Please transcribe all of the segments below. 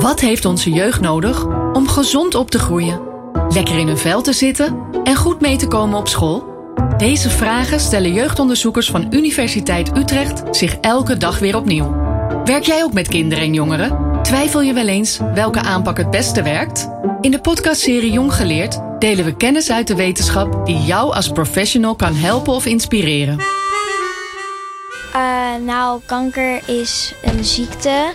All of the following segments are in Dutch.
Wat heeft onze jeugd nodig om gezond op te groeien? Lekker in hun vel te zitten en goed mee te komen op school? Deze vragen stellen jeugdonderzoekers van Universiteit Utrecht zich elke dag weer opnieuw. Werk jij ook met kinderen en jongeren? Twijfel je wel eens welke aanpak het beste werkt? In de podcastserie Jong Geleerd delen we kennis uit de wetenschap die jou als professional kan helpen of inspireren. Kanker is een ziekte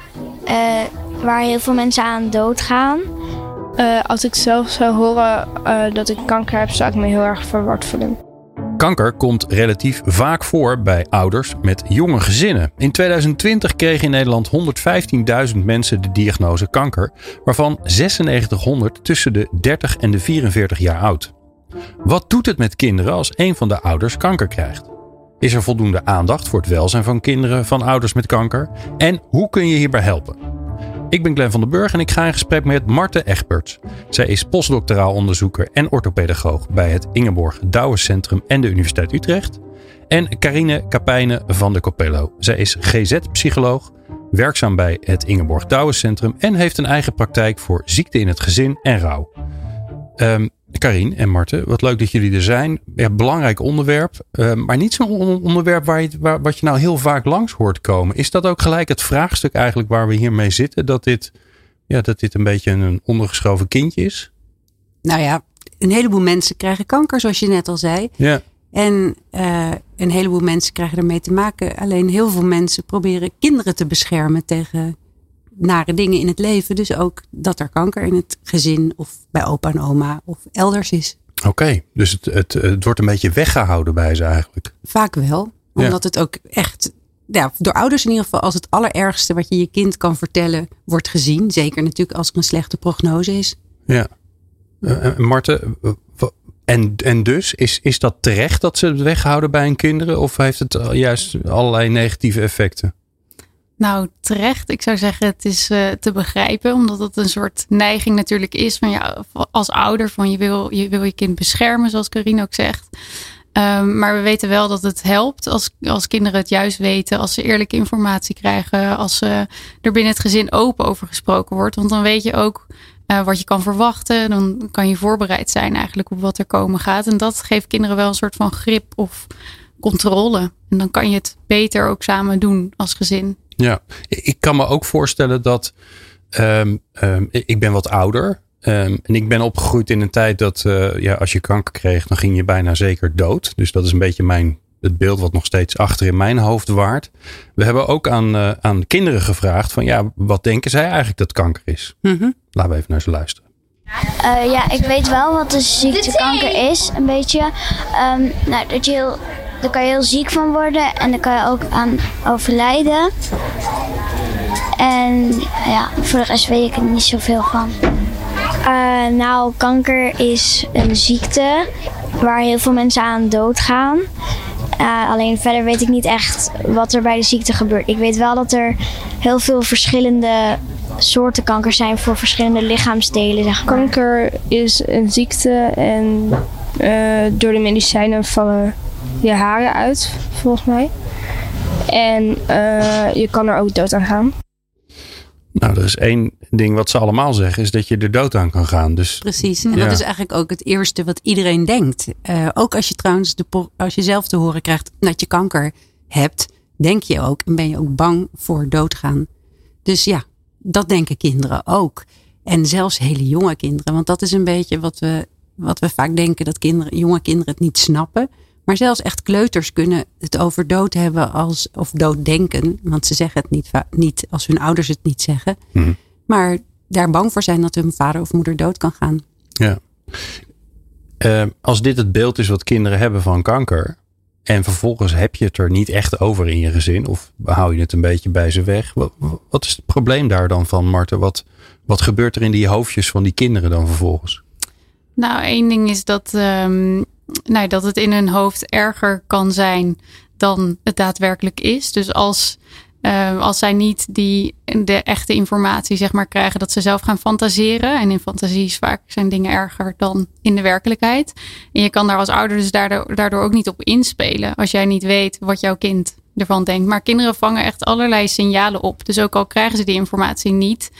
waar heel veel mensen aan doodgaan. Als ik zelf zou horen dat ik kanker heb, zou ik me heel erg verward voelen. Kanker komt relatief vaak voor bij ouders met jonge gezinnen. In 2020 kregen in Nederland 115.000 mensen de diagnose kanker, waarvan 9600 tussen de 30 en de 44 jaar oud. Wat doet het met kinderen als een van de ouders kanker krijgt? Is er voldoende aandacht voor het welzijn van kinderen van ouders met kanker? En hoe kun je hierbij helpen? Ik ben Glenn van den Burg en ik ga in gesprek met Marthe Egberts. Zij is postdoctoraal onderzoeker en orthopedagoog bij het Ingeborg Douwes Centrum en de Universiteit Utrecht. En Carine Kapijne van de Coppello. Zij is GZ-psycholoog, werkzaam bij het Ingeborg Douwes Centrum en heeft een eigen praktijk voor ziekte in het gezin en rouw. Carine en Marthe, wat leuk dat jullie er zijn. Ja, belangrijk onderwerp, maar niet zo'n onderwerp wat je nou heel vaak langs hoort komen. Is dat ook gelijk het vraagstuk eigenlijk waar we hiermee zitten? Dat dit een beetje een ondergeschoven kindje is? Nou ja, een heleboel mensen krijgen kanker, zoals je net al zei. Ja. En een heleboel mensen krijgen ermee te maken. Alleen heel veel mensen proberen kinderen te beschermen tegen nare dingen in het leven. Dus ook dat er kanker in het gezin of bij opa en oma of elders is. Oké, dus het wordt een beetje weggehouden bij ze eigenlijk. Vaak wel, omdat het ook echt door ouders in ieder geval als het allerergste wat je je kind kan vertellen wordt gezien. Zeker natuurlijk als er een slechte prognose is. Ja. Marthe, en dus is dat terecht dat ze het weghouden bij hun kinderen? Of heeft het juist allerlei negatieve effecten? Nou, terecht. Ik zou zeggen, het is te begrijpen. Omdat het een soort neiging natuurlijk is van als ouder. Van je wil je kind beschermen, zoals Carine ook zegt. Maar we weten wel dat het helpt als kinderen het juist weten. Als ze eerlijke informatie krijgen. Als er binnen het gezin open over gesproken wordt. Want dan weet je ook wat je kan verwachten. Dan kan je voorbereid zijn eigenlijk op wat er komen gaat. En dat geeft kinderen wel een soort van grip of controle. En dan kan je het beter ook samen doen als gezin. Ja, ik kan me ook voorstellen dat ik ben wat ouder. En ik ben opgegroeid in een tijd dat als je kanker kreeg, dan ging je bijna zeker dood. Dus dat is een beetje het beeld wat nog steeds achter in mijn hoofd waart. We hebben ook aan kinderen gevraagd van wat denken zij eigenlijk dat kanker is? Mm-hmm. Laten we even naar ze luisteren. Ik weet wel wat de ziekte kanker is, een beetje. Daar kan je heel ziek van worden en daar kan je ook aan overlijden. En voor de rest weet ik er niet zoveel van. Kanker is een ziekte waar heel veel mensen aan doodgaan. Alleen verder weet ik niet echt wat er bij de ziekte gebeurt. Ik weet wel dat er heel veel verschillende soorten kanker zijn voor verschillende lichaamsdelen. Zeg maar. Kanker is een ziekte en door de medicijnen vallen je haren uit, volgens mij. En je kan er ook dood aan gaan. Nou, er is één ding wat ze allemaal zeggen, is dat je er dood aan kan gaan. Dus, precies, en dat is eigenlijk ook het eerste wat iedereen denkt. Ook als je trouwens als je zelf te horen krijgt dat je kanker hebt, denk je ook en ben je ook bang voor doodgaan. Dus dat denken kinderen ook. En zelfs hele jonge kinderen, want dat is een beetje wat we vaak denken, dat jonge kinderen het niet snappen. Maar zelfs echt kleuters kunnen het over dood hebben of dood denken. Want ze zeggen het niet als hun ouders het niet zeggen. Mm-hmm. Maar daar bang voor zijn dat hun vader of moeder dood kan gaan. Ja. Als dit het beeld is wat kinderen hebben van kanker. En vervolgens heb je het er niet echt over in je gezin. Of hou je het een beetje bij ze weg. Wat is het probleem daar dan van, Marthe? Wat gebeurt er in die hoofdjes van die kinderen dan vervolgens? Nou, één ding is dat het in hun hoofd erger kan zijn dan het daadwerkelijk is. Dus als zij niet de echte informatie zeg maar krijgen, dat ze zelf gaan fantaseren. En in fantasies vaak zijn dingen erger dan in de werkelijkheid. En je kan daar als ouder dus daardoor ook niet op inspelen. Als jij niet weet wat jouw kind ervan denkt. Maar kinderen vangen echt allerlei signalen op. Dus ook al krijgen ze die informatie niet,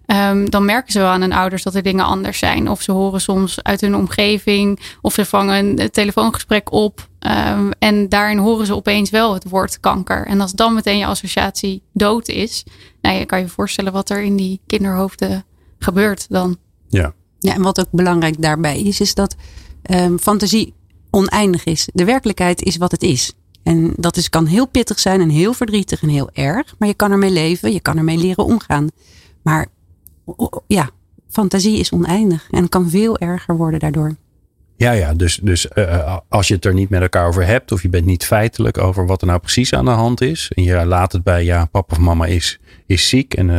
Dan merken ze wel aan hun ouders dat er dingen anders zijn. Of ze horen soms uit hun omgeving. Of ze vangen een telefoongesprek op. En daarin horen ze opeens wel het woord kanker. En als dan meteen je associatie dood is. Nou, je kan je voorstellen wat er in die kinderhoofden gebeurt dan. Ja, en wat ook belangrijk daarbij is dat fantasie oneindig is. De werkelijkheid is wat het is. En dat kan heel pittig zijn en heel verdrietig en heel erg. Maar je kan ermee leven, je kan ermee leren omgaan. Maar ja, fantasie is oneindig en kan veel erger worden daardoor. Ja, dus als je het er niet met elkaar over hebt of je bent niet feitelijk over wat er nou precies aan de hand is. En je laat het bij papa of mama is ziek en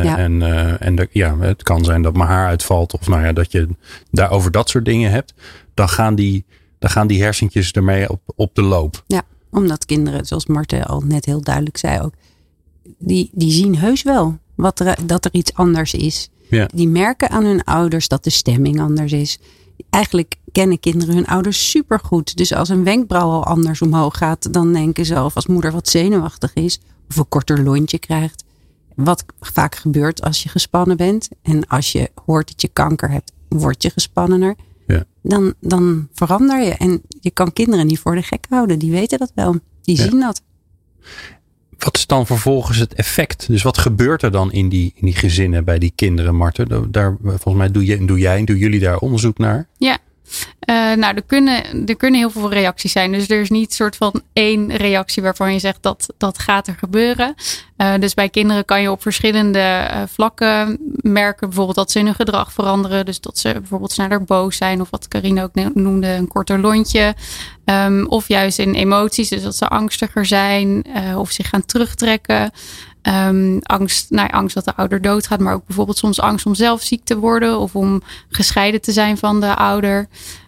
het kan zijn dat mijn haar uitvalt of dat je daar over dat soort dingen hebt. Dan gaan die hersentjes ermee op de loop. Ja, omdat kinderen, zoals Marten al net heel duidelijk zei ook, die zien heus wel dat er iets anders is. Ja. Die merken aan hun ouders dat de stemming anders is. Eigenlijk kennen kinderen hun ouders supergoed. Dus als een wenkbrauw al anders omhoog gaat, dan denken ze, of als moeder wat zenuwachtig is, of een korter lontje krijgt. Wat vaak gebeurt als je gespannen bent. En als je hoort dat je kanker hebt, word je gespannener. Ja. Dan verander je. En je kan kinderen niet voor de gek houden. Die weten dat wel. Die zien dat. Wat is dan vervolgens het effect? Dus wat gebeurt er dan in die gezinnen bij die kinderen, Marten? Daar, volgens mij doen jullie daar onderzoek naar? Ja. Er kunnen heel veel reacties zijn. Dus er is niet een soort van één reactie waarvan je zegt dat gaat er gebeuren. Dus bij kinderen kan je op verschillende vlakken merken. Bijvoorbeeld dat ze in hun gedrag veranderen. Dus dat ze bijvoorbeeld sneller boos zijn. Of wat Carine ook noemde, een korter lontje. Of juist in emoties. Dus dat ze angstiger zijn. Of zich gaan terugtrekken. Angst dat de ouder doodgaat. Maar ook bijvoorbeeld soms angst om zelf ziek te worden. Of om gescheiden te zijn van de ouder.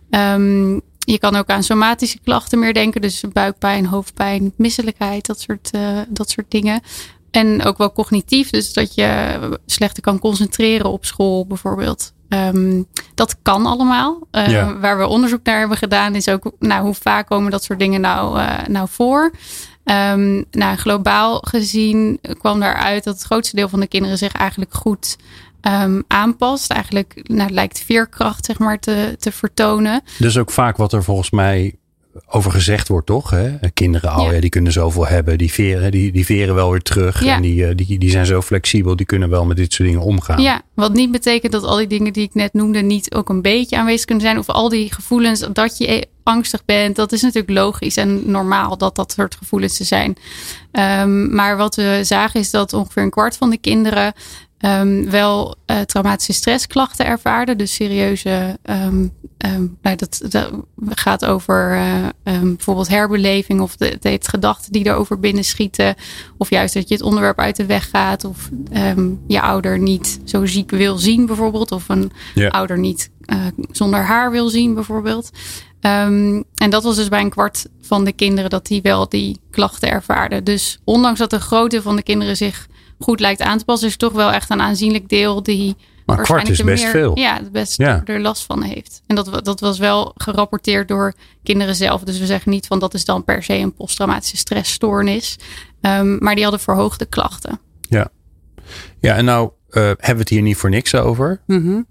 Je kan ook aan somatische klachten meer denken. Dus buikpijn, hoofdpijn, misselijkheid. Dat soort dingen. En ook wel cognitief. Dus dat je slechter kan concentreren op school bijvoorbeeld. Dat kan allemaal. Waar we onderzoek naar hebben gedaan is ook hoe vaak komen dat soort dingen nou voor. Globaal gezien kwam daaruit dat het grootste deel van de kinderen zich eigenlijk goed aanpast. Eigenlijk lijkt veerkracht zeg maar te vertonen. Dus ook vaak wat er volgens mij over gezegd wordt, toch? Hè? Kinderen, die kunnen zoveel hebben. Die veren wel weer terug. Ja. En die zijn zo flexibel. Die kunnen wel met dit soort dingen omgaan. Ja, wat niet betekent dat al die dingen die ik net noemde niet ook een beetje aanwezig kunnen zijn. Of al die gevoelens dat je angstig bent. Dat is natuurlijk logisch en normaal dat soort gevoelens er zijn. Maar wat we zagen is dat ongeveer een kwart van de kinderen wel traumatische stressklachten ervaarden. Dus serieuze, dat gaat over bijvoorbeeld herbeleving of het gedachten die erover binnenschieten. Of juist dat je het onderwerp uit de weg gaat. Of je ouder niet zo ziek wil zien bijvoorbeeld. Of een ouder niet zonder haar wil zien bijvoorbeeld. En dat was dus bij een kwart van de kinderen dat die wel die klachten ervaarden. Dus ondanks dat een groot deel van de kinderen zich goed lijkt aan te passen, is toch wel echt een aanzienlijk deel die maar waarschijnlijk kwart is best veel. Ja, best er last van heeft. En dat was wel gerapporteerd door kinderen zelf. Dus we zeggen niet van dat is dan per se een posttraumatische stressstoornis. Maar die hadden verhoogde klachten. Ja, en nou hebben we het hier niet voor niks over. Mm-hmm.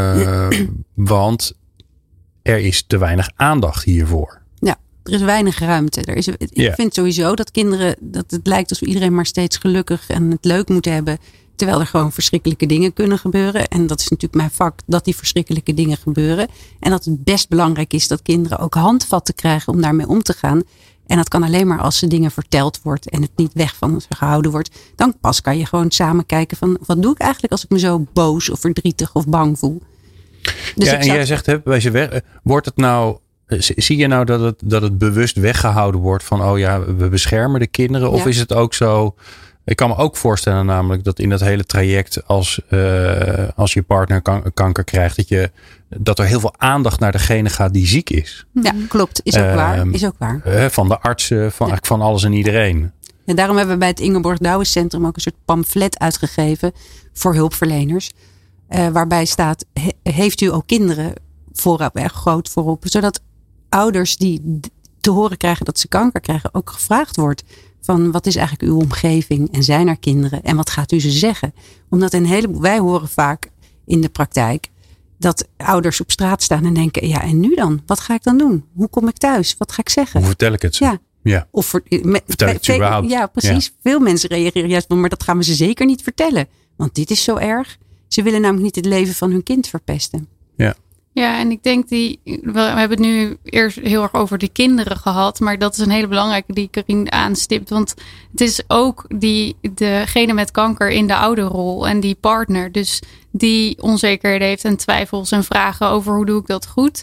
Want er is te weinig aandacht hiervoor. Ja, er is weinig ruimte. Ik vind sowieso dat kinderen, dat het lijkt alsof iedereen maar steeds gelukkig en het leuk moet hebben. Terwijl er gewoon verschrikkelijke dingen kunnen gebeuren. En dat is natuurlijk mijn vak, dat die verschrikkelijke dingen gebeuren. En dat het best belangrijk is dat kinderen ook handvatten krijgen om daarmee om te gaan. En dat kan alleen maar als ze dingen verteld wordt en het niet weg van ze gehouden wordt. Dan pas kan je gewoon samen kijken van wat doe ik eigenlijk als ik me zo boos of verdrietig of bang voel. Dus en jij zegt, wordt het nou, zie je nou dat het bewust weggehouden wordt van we beschermen de kinderen? Of is het ook zo? Ik kan me ook voorstellen namelijk dat in dat hele traject als je partner kanker krijgt, dat er heel veel aandacht naar degene gaat die ziek is. Ja, klopt. Is ook waar. Van de artsen, eigenlijk van alles en iedereen. En daarom hebben we bij het Ingeborg Douwes Centrum ook een soort pamflet uitgegeven voor hulpverleners. Waarbij staat, heeft u ook kinderen voorop, erg groot voorop. Zodat ouders die te horen krijgen dat ze kanker krijgen ook gevraagd wordt. Van wat is eigenlijk uw omgeving en zijn er kinderen en wat gaat u ze zeggen? Omdat wij horen vaak, in de praktijk. Dat ouders op straat staan en denken, ja, en nu dan? Wat ga ik dan doen? Hoe kom ik thuis? Wat ga ik zeggen? Hoe vertel ik het ze? Ja. Of vertel ik het überhaupt? Ja, precies. Ja. Veel mensen reageren juist, maar dat gaan we ze zeker niet vertellen. Want dit is zo erg. Ze willen namelijk niet het leven van hun kind verpesten. Ja. Ja, en ik denk we hebben het nu eerst heel erg over de kinderen gehad. Maar dat is een hele belangrijke die Carien aanstipt. Want het is ook degene met kanker in de ouderrol en die partner. Dus die onzekerheden heeft en twijfels en vragen over hoe doe ik dat goed.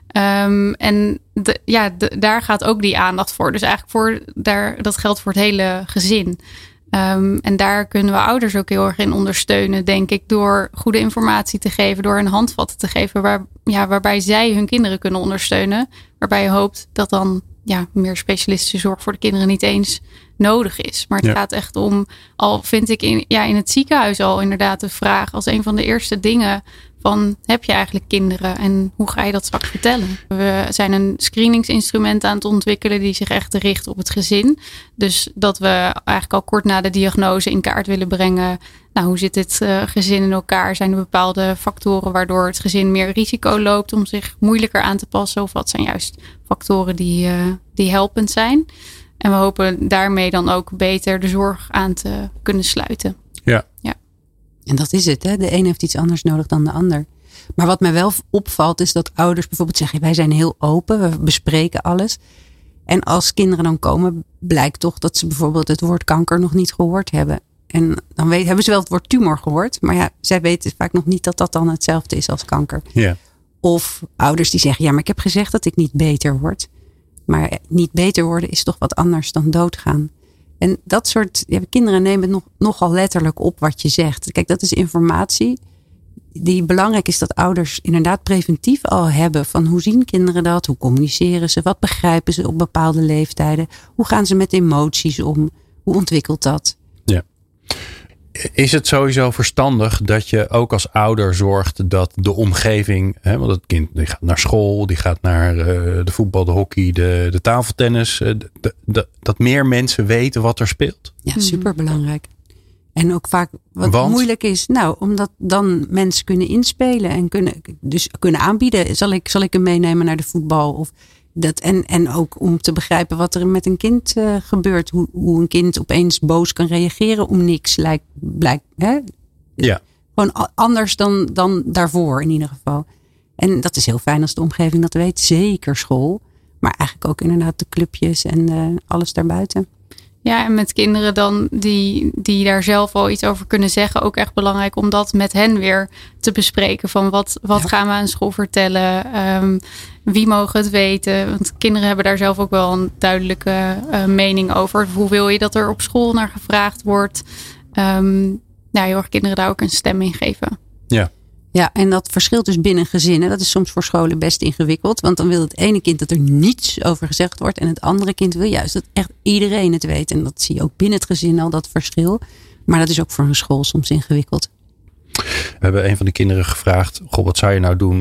Daar gaat ook die aandacht voor. Dus eigenlijk dat geldt voor het hele gezin. En daar kunnen we ouders ook heel erg in ondersteunen, denk ik, door goede informatie te geven, door een handvatten te geven waarbij zij hun kinderen kunnen ondersteunen. Waarbij je hoopt dat dan meer specialistische zorg voor de kinderen niet eens nodig is. Maar het gaat echt om, al vind ik in het ziekenhuis al inderdaad de vraag als een van de eerste dingen van, heb je eigenlijk kinderen en hoe ga je dat straks vertellen? We zijn een screeningsinstrument aan het ontwikkelen die zich echt richt op het gezin. Dus dat we eigenlijk al kort na de diagnose in kaart willen brengen. Nou, hoe zit dit gezin in elkaar? Zijn er bepaalde factoren waardoor het gezin meer risico loopt om zich moeilijker aan te passen? Of wat zijn juist factoren die helpend zijn? En we hopen daarmee dan ook beter de zorg aan te kunnen sluiten. Ja. En dat is het, hè? De een heeft iets anders nodig dan de ander. Maar wat mij wel opvalt is dat ouders bijvoorbeeld zeggen, wij zijn heel open, we bespreken alles. En als kinderen dan komen, blijkt toch dat ze bijvoorbeeld het woord kanker nog niet gehoord hebben. En dan hebben ze wel het woord tumor gehoord, maar zij weten vaak nog niet dat dat dan hetzelfde is als kanker. Ja. Of ouders die zeggen, maar ik heb gezegd dat ik niet beter word. Maar niet beter worden is toch wat anders dan doodgaan. En dat soort kinderen nemen het nogal letterlijk op wat je zegt. Kijk, dat is informatie die belangrijk is dat ouders inderdaad preventief al hebben. Van hoe zien kinderen dat? Hoe communiceren ze? Wat begrijpen ze op bepaalde leeftijden? Hoe gaan ze met emoties om? Hoe ontwikkelt dat? Ja. Is het sowieso verstandig dat je ook als ouder zorgt dat de omgeving, want het kind die gaat naar school, die gaat naar de voetbal, de hockey, de tafeltennis, dat meer mensen weten wat er speelt? Ja, superbelangrijk. En ook vaak wat moeilijk is, omdat dan mensen kunnen inspelen en kunnen aanbieden. Zal ik hem meenemen naar de voetbal? Of dat, en ook om te begrijpen wat er met een kind gebeurt. Hoe een kind opeens boos kan reageren om niks. Blijkt, hè? Ja. Gewoon anders dan daarvoor in ieder geval. En dat is heel fijn als de omgeving dat weet. Zeker school. Maar eigenlijk ook inderdaad de clubjes en alles daarbuiten. Ja, en met kinderen dan die daar zelf al iets over kunnen zeggen. Ook echt belangrijk om dat met hen weer te bespreken. Van wat gaan we aan school vertellen? Wie mogen het weten? Want kinderen hebben daar zelf ook wel een duidelijke mening over. Hoe wil je dat er op school naar gevraagd wordt? Heel erg kinderen daar ook een stem in geven. Ja. Ja, en dat verschilt dus binnen gezinnen. Dat is soms voor scholen best ingewikkeld. Want dan wil het ene kind dat er niets over gezegd wordt. En het andere kind wil juist dat echt iedereen het weet. En dat zie je ook binnen het gezin al, dat verschil. Maar dat is ook voor een school soms ingewikkeld. We hebben een van de kinderen gevraagd, wat zou je nou doen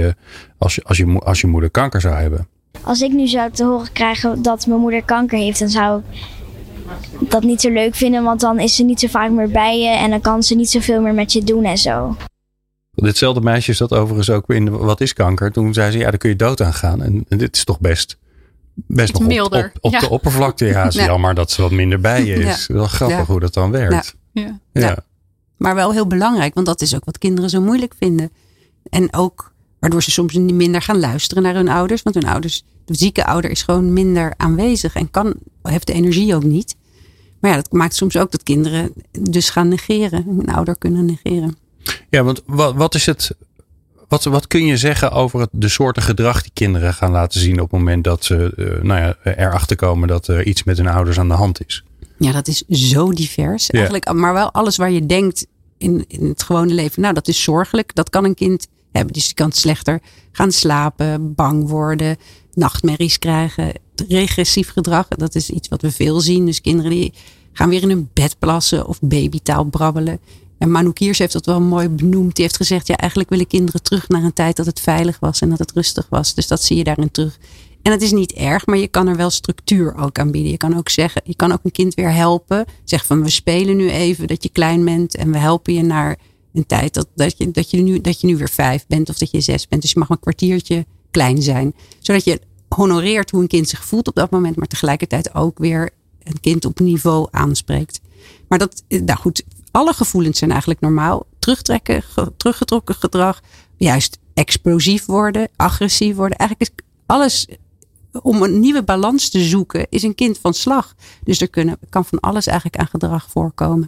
als je moeder kanker zou hebben? Als ik nu zou te horen krijgen dat mijn moeder kanker heeft, dan zou ik dat niet zo leuk vinden. Want dan is ze niet zo vaak meer bij je en dan kan ze niet zoveel meer met je doen en zo. Ditzelfde meisje is dat overigens ook in Wat is kanker? Toen zei ze, daar kun je dood aan gaan. En dit is toch best nog milder. op de oppervlakte. Ja, het is jammer dat ze wat minder bij je is. Wel grappig hoe dat dan werkt. Ja. Maar wel heel belangrijk, want dat is ook wat kinderen zo moeilijk vinden. En ook waardoor ze soms minder gaan luisteren naar hun ouders. Want hun ouders, de zieke ouder is gewoon minder aanwezig en heeft de energie ook niet. Maar dat maakt soms ook dat kinderen dus gaan negeren. Een ouder kunnen negeren. Ja, want wat is het? Wat kun je zeggen over de soorten gedrag die kinderen gaan laten zien op het moment dat ze erachter komen dat er iets met hun ouders aan de hand is? Ja, dat is zo divers. Ja. Eigenlijk, maar wel alles waar je denkt in het gewone leven. Dat is zorgelijk. Dat kan een kind hebben. Dus die kan slechter gaan slapen, bang worden, nachtmerries krijgen. Regressief gedrag, dat is iets wat we veel zien. Dus kinderen die gaan weer in hun bed plassen of babytaal brabbelen. En Manu Kiers heeft dat wel mooi benoemd. Die heeft gezegd, eigenlijk willen kinderen terug naar een tijd dat het veilig was en dat het rustig was. Dus dat zie je daarin terug. En het is niet erg, maar je kan er wel structuur ook aan bieden. Je kan ook zeggen, je kan ook een kind weer helpen. Zeg van, we spelen nu even dat je klein bent en we helpen je naar een tijd dat je nu weer 5 bent of dat je 6 bent. Dus je mag een kwartiertje klein zijn. Zodat je honoreert hoe een kind zich voelt op dat moment. Maar tegelijkertijd ook weer een kind op niveau aanspreekt. Maar nou goed, alle gevoelens zijn eigenlijk normaal. Teruggetrokken gedrag. Juist explosief worden, agressief worden. Eigenlijk is alles, om een nieuwe balans te zoeken, is een kind van slag. Dus er kan van alles eigenlijk aan gedrag voorkomen.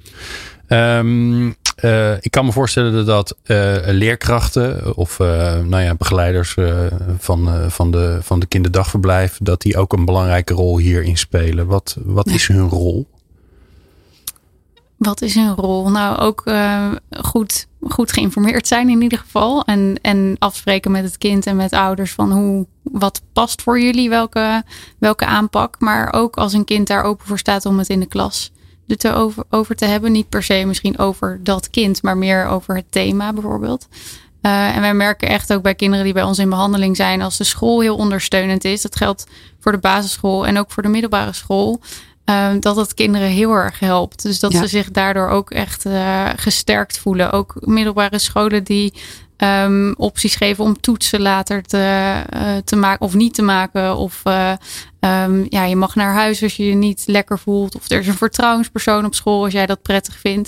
Ik kan me voorstellen dat leerkrachten of begeleiders van de kinderdagverblijf, dat die ook een belangrijke rol hierin spelen. Wat is hun rol? Wat is hun rol? Nou, ook goed geïnformeerd zijn in ieder geval. En afspreken met het kind en met ouders van wat past voor jullie, welke aanpak. Maar ook als een kind daar open voor staat om het in de klas over te hebben. Niet per se misschien over dat kind, maar meer over het thema bijvoorbeeld. En wij merken echt ook bij kinderen die bij ons in behandeling zijn, als de school heel ondersteunend is. Dat geldt voor de basisschool en ook voor de middelbare school. Dat het kinderen heel erg helpt. Dus dat ze zich daardoor ook echt gesterkt voelen. Ook middelbare scholen die opties geven om toetsen later te maken of niet te maken. Of je mag naar huis als je je niet lekker voelt. Of er is een vertrouwenspersoon op school als jij dat prettig vindt.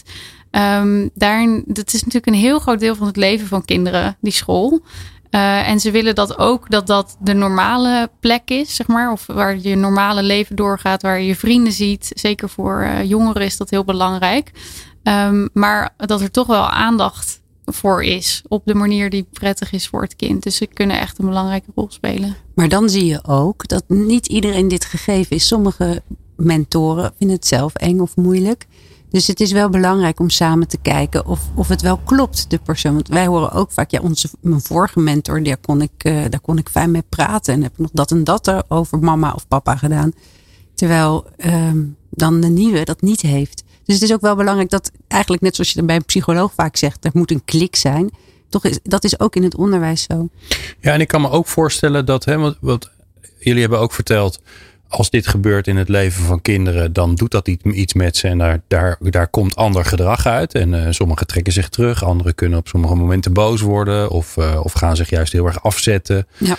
Dat is natuurlijk een heel groot deel van het leven van kinderen, die school. En ze willen dat de normale plek is, zeg maar. Of waar je normale leven doorgaat, waar je vrienden ziet. Zeker voor jongeren is dat heel belangrijk. Maar dat er toch wel aandacht voor is. Op de manier die prettig is voor het kind. Dus ze kunnen echt een belangrijke rol spelen. Maar dan zie je ook dat niet iedereen dit gegeven is. Sommige mentoren vinden het zelf eng of moeilijk. Dus het is wel belangrijk om samen te kijken of het wel klopt, de persoon. Want wij horen ook vaak, mijn vorige mentor, daar kon ik fijn mee praten. En heb nog dat en dat over mama of papa gedaan. Terwijl dan de nieuwe dat niet heeft. Dus het is ook wel belangrijk dat eigenlijk, net zoals je dan bij een psycholoog vaak zegt, er moet een klik zijn. Dat is ook in het onderwijs zo. Ja, en ik kan me ook voorstellen dat, wat jullie hebben ook verteld, als dit gebeurt in het leven van kinderen, dan doet dat iets met ze. En daar komt ander gedrag uit. En sommigen trekken zich terug. Anderen kunnen op sommige momenten boos worden. Of gaan zich juist heel erg afzetten. Ja.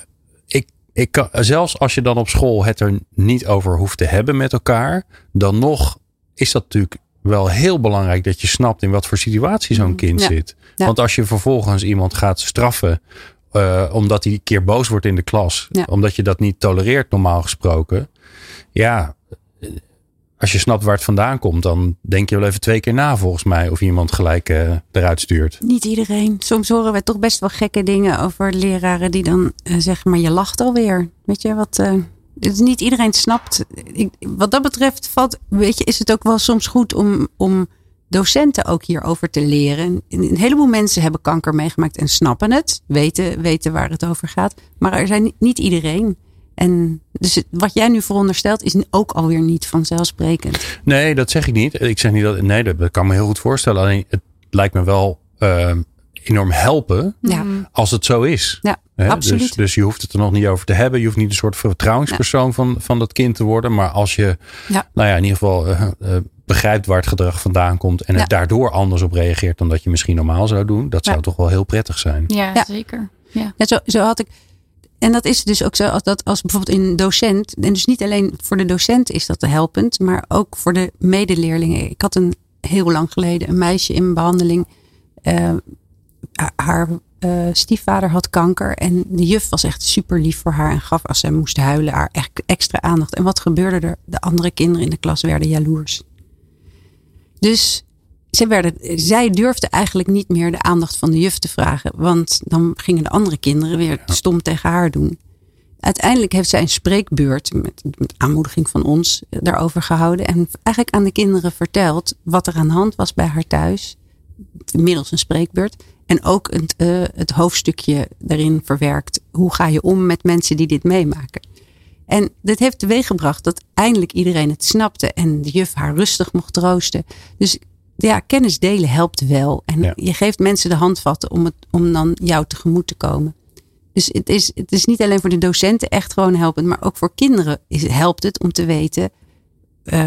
Ik kan, zelfs als je dan op school het er niet over hoeft te hebben met elkaar, dan nog is dat natuurlijk wel heel belangrijk dat je snapt in wat voor situatie zo'n kind zit. Ja. Want als je vervolgens iemand gaat straffen omdat hij een keer boos wordt in de klas. Ja. Omdat je dat niet tolereert normaal gesproken. Ja, als je snapt waar het vandaan komt, dan denk je wel even 2 keer na volgens mij of iemand gelijk eruit stuurt. Niet iedereen. Soms horen we toch best wel gekke dingen over leraren die dan zeggen, maar je lacht alweer. Weet je wat? Niet iedereen snapt. Wat dat betreft is het ook wel soms goed om docenten ook hierover te leren. Een heleboel mensen hebben kanker meegemaakt en snappen het. Weten waar het over gaat. Maar er zijn niet iedereen. En dus wat jij nu veronderstelt is ook alweer niet vanzelfsprekend. Nee, dat zeg ik niet. Ik zeg niet dat. Nee, dat kan me heel goed voorstellen. Alleen het lijkt me wel enorm helpen als het zo is. Ja, absoluut. Dus je hoeft het er nog niet over te hebben. Je hoeft niet een soort vertrouwenspersoon van dat kind te worden. Maar als je in ieder geval begrijpt waar het gedrag vandaan komt en het daardoor anders op reageert dan dat je misschien normaal zou doen. Dat zou toch wel heel prettig zijn. Ja. Zeker. Ja. Ja, zo had ik. En dat is dus ook zo als bijvoorbeeld een docent. En dus niet alleen voor de docent is dat helpend, maar ook voor de medeleerlingen. Ik had heel lang geleden een meisje in behandeling. Haar stiefvader had kanker en de juf was echt super lief voor haar en gaf als zij moest huilen haar echt extra aandacht. En wat gebeurde er? De andere kinderen in de klas werden jaloers. Dus zij durfde eigenlijk niet meer de aandacht van de juf te vragen. Want dan gingen de andere kinderen weer stom tegen haar doen. Uiteindelijk heeft zij een spreekbeurt met aanmoediging van ons daarover gehouden. En eigenlijk aan de kinderen verteld wat er aan de hand was bij haar thuis. Middels een spreekbeurt. En ook het hoofdstukje daarin verwerkt. Hoe ga je om met mensen die dit meemaken? En dit heeft teweeggebracht dat eindelijk iedereen het snapte. En de juf haar rustig mocht troosten. Dus ja, kennis delen helpt wel. En je geeft mensen de handvatten om dan jou tegemoet te komen. Dus het is niet alleen voor de docenten echt gewoon helpend. Maar ook voor kinderen helpt het om te weten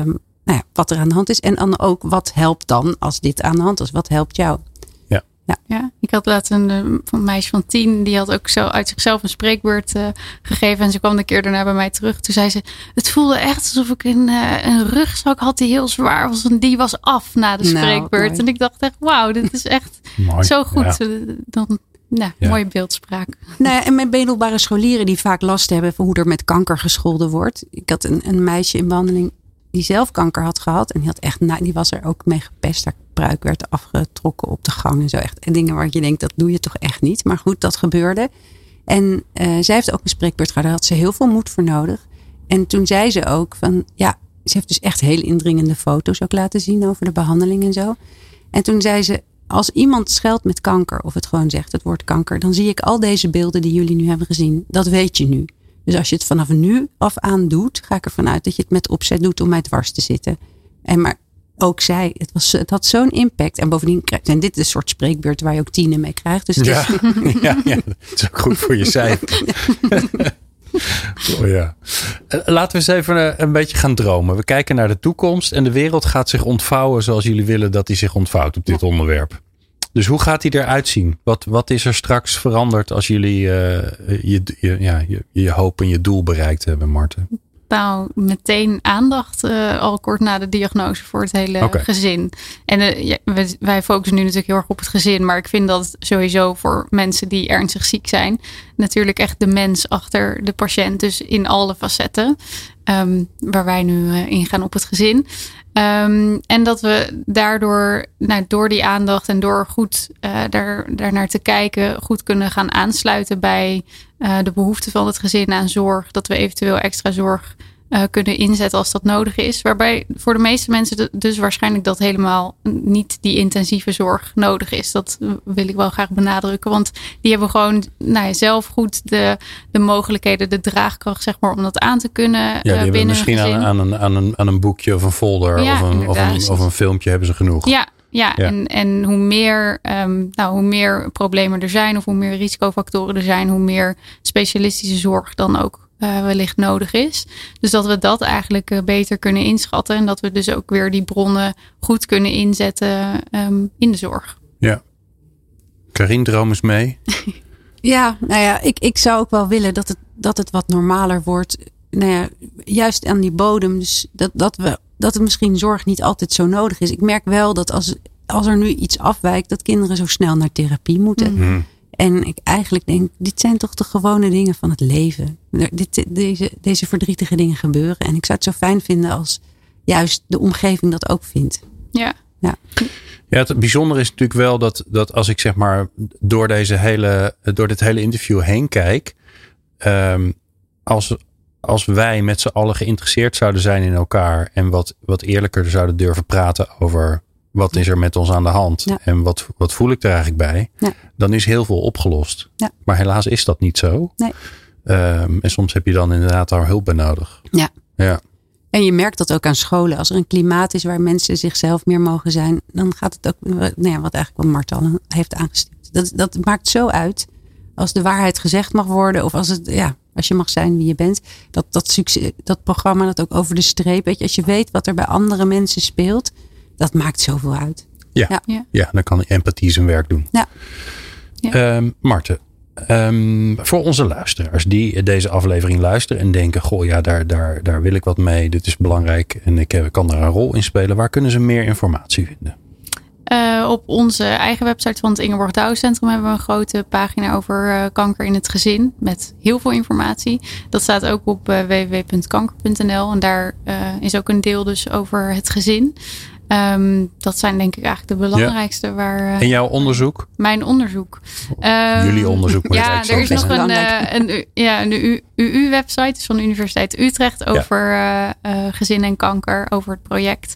wat er aan de hand is. En dan ook, wat helpt dan als dit aan de hand is? Wat helpt jou? Ja, ik had laatst een meisje van 10. Die had ook zo uit zichzelf een spreekbeurt gegeven. En ze kwam een keer daarna bij mij terug. Toen zei ze, het voelde echt alsof ik een rugzak had die heel zwaar was. En die was af na de spreekbeurt. En ik dacht echt, wauw, dit is echt zo goed. Ja. Mooie beeldspraak. En met middelbare scholieren die vaak last hebben van hoe er met kanker gescholden wordt. Ik had een meisje in behandeling die zelf kanker had gehad. En die had echt, die was er ook mee gepest. Haar pruik werd afgetrokken op de gang en zo. Echt dingen waar je denkt, dat doe je toch echt niet. Maar goed, dat gebeurde. En zij heeft ook een spreekbeurt gehad. Daar had ze heel veel moed voor nodig. En toen zei ze ook van, ze heeft dus echt hele indringende foto's ook laten zien over de behandeling en zo. En toen zei ze, als iemand scheldt met kanker of het gewoon zegt, het woord kanker, dan zie ik al deze beelden die jullie nu hebben gezien. Dat weet je nu. Dus als je het vanaf nu af aan doet, ga ik ervan uit dat je het met opzet doet om mij dwars te zitten. Maar ook zij, het had zo'n impact. En bovendien zijn dit de soort spreekbeurt waar je ook 10 mee krijgt. Dus ja, dat is ook goed voor je cijfer. Laten we eens even een beetje gaan dromen. We kijken naar de toekomst en de wereld gaat zich ontvouwen zoals jullie willen dat die zich ontvouwt op dit onderwerp. Dus hoe gaat die eruit zien? Wat is er straks veranderd als jullie je hoop en je doel bereikt hebben, Marten? Nou, meteen aandacht al kort na de diagnose voor het hele gezin. En wij focussen nu natuurlijk heel erg op het gezin. Maar ik vind dat sowieso voor mensen die ernstig ziek zijn, natuurlijk echt de mens achter de patiënt. Dus in alle facetten waar wij nu ingaan op het gezin. En dat we daardoor, door die aandacht en door goed daarnaar te kijken, goed kunnen gaan aansluiten bij de behoeften van het gezin aan zorg. Dat we eventueel extra zorg kunnen inzetten als dat nodig is. Waarbij voor de meeste mensen dus waarschijnlijk dat helemaal niet die intensieve zorg nodig is. Dat wil ik wel graag benadrukken. Want die hebben gewoon zelf goed de mogelijkheden, de draagkracht zeg maar om dat aan te kunnen. Ja, die hebben misschien aan een boekje of een folder of een filmpje hebben ze genoeg. Ja. En hoe meer problemen er zijn of hoe meer risicofactoren er zijn, hoe meer specialistische zorg dan ook wellicht nodig is. Dus dat we dat eigenlijk beter kunnen inschatten en dat we dus ook weer die bronnen goed kunnen inzetten in de zorg. Ja. Carien, droom eens mee. Ik zou ook wel willen dat het wat normaler wordt. Juist aan die bodem. Dus dat het misschien zorg niet altijd zo nodig is. Ik merk wel dat als er nu iets afwijkt, dat kinderen zo snel naar therapie moeten. Mm-hmm. En ik eigenlijk denk, dit zijn toch de gewone dingen van het leven. Deze verdrietige dingen gebeuren. En ik zou het zo fijn vinden als juist de omgeving dat ook vindt. Ja. Ja, het bijzondere is natuurlijk wel dat als ik zeg maar door dit hele interview heen kijk. Als wij met z'n allen geïnteresseerd zouden zijn in elkaar. En wat eerlijker zouden durven praten over wat is er met ons aan de hand. Ja. En wat voel ik er eigenlijk bij. Ja. Dan is heel veel opgelost. Ja. Maar helaas is dat niet zo. Nee. En soms heb je dan inderdaad daar hulp bij nodig. Ja. En je merkt dat ook aan scholen. Als er een klimaat is waar mensen zichzelf meer mogen zijn. Dan gaat het ook, wat eigenlijk wat Marten al heeft aangestipt. Dat maakt zo uit. Als de waarheid gezegd mag worden. Of als je mag zijn wie je bent. Dat programma dat ook over de streep. Weet je, als je weet wat er bij andere mensen speelt. Dat maakt zoveel uit. Ja, dan kan empathie zijn werk doen. Ja. Marten. Voor onze luisteraars die deze aflevering luisteren en denken, goh ja, daar wil ik wat mee. Dit is belangrijk en ik kan daar een rol in spelen. Waar kunnen ze meer informatie vinden? Op onze eigen website van het Ingeborg Douwen Centrum hebben we een grote pagina over kanker in het gezin. Met heel veel informatie. Dat staat ook op www.kanker.nl. En daar is ook een deel dus over het gezin. Dat zijn denk ik eigenlijk de belangrijkste. Ja. En jouw onderzoek? Mijn onderzoek. Jullie onderzoek. Ja, er is nog een UU-website dus van de Universiteit Utrecht over gezin en kanker, over het project.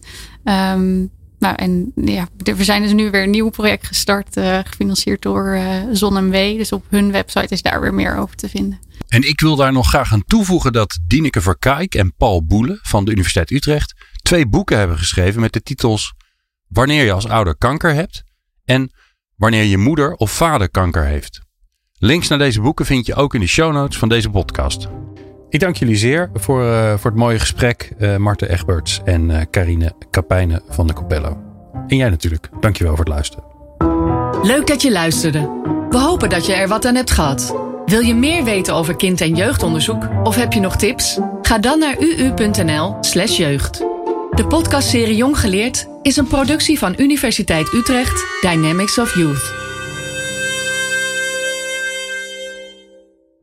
We zijn dus nu weer een nieuw project gestart, gefinancierd door ZonMW. Dus op hun website is daar weer meer over te vinden. En ik wil daar nog graag aan toevoegen dat Dineke Verkaik en Paul Boele van de Universiteit Utrecht 2 boeken hebben geschreven met de titels Wanneer je als ouder kanker hebt en Wanneer je moeder of vader kanker heeft. Links naar deze boeken vind je ook in de show notes van deze podcast. Ik dank jullie zeer voor het mooie gesprek. Marten Egberts en Carine Kapijnen van de Copello. En jij natuurlijk. Dankjewel voor het luisteren. Leuk dat je luisterde. We hopen dat je er wat aan hebt gehad. Wil je meer weten over kind- en jeugdonderzoek? Of heb je nog tips? Ga dan naar uu.nl/jeugd. De podcastserie Jong Geleerd is een productie van Universiteit Utrecht Dynamics of Youth.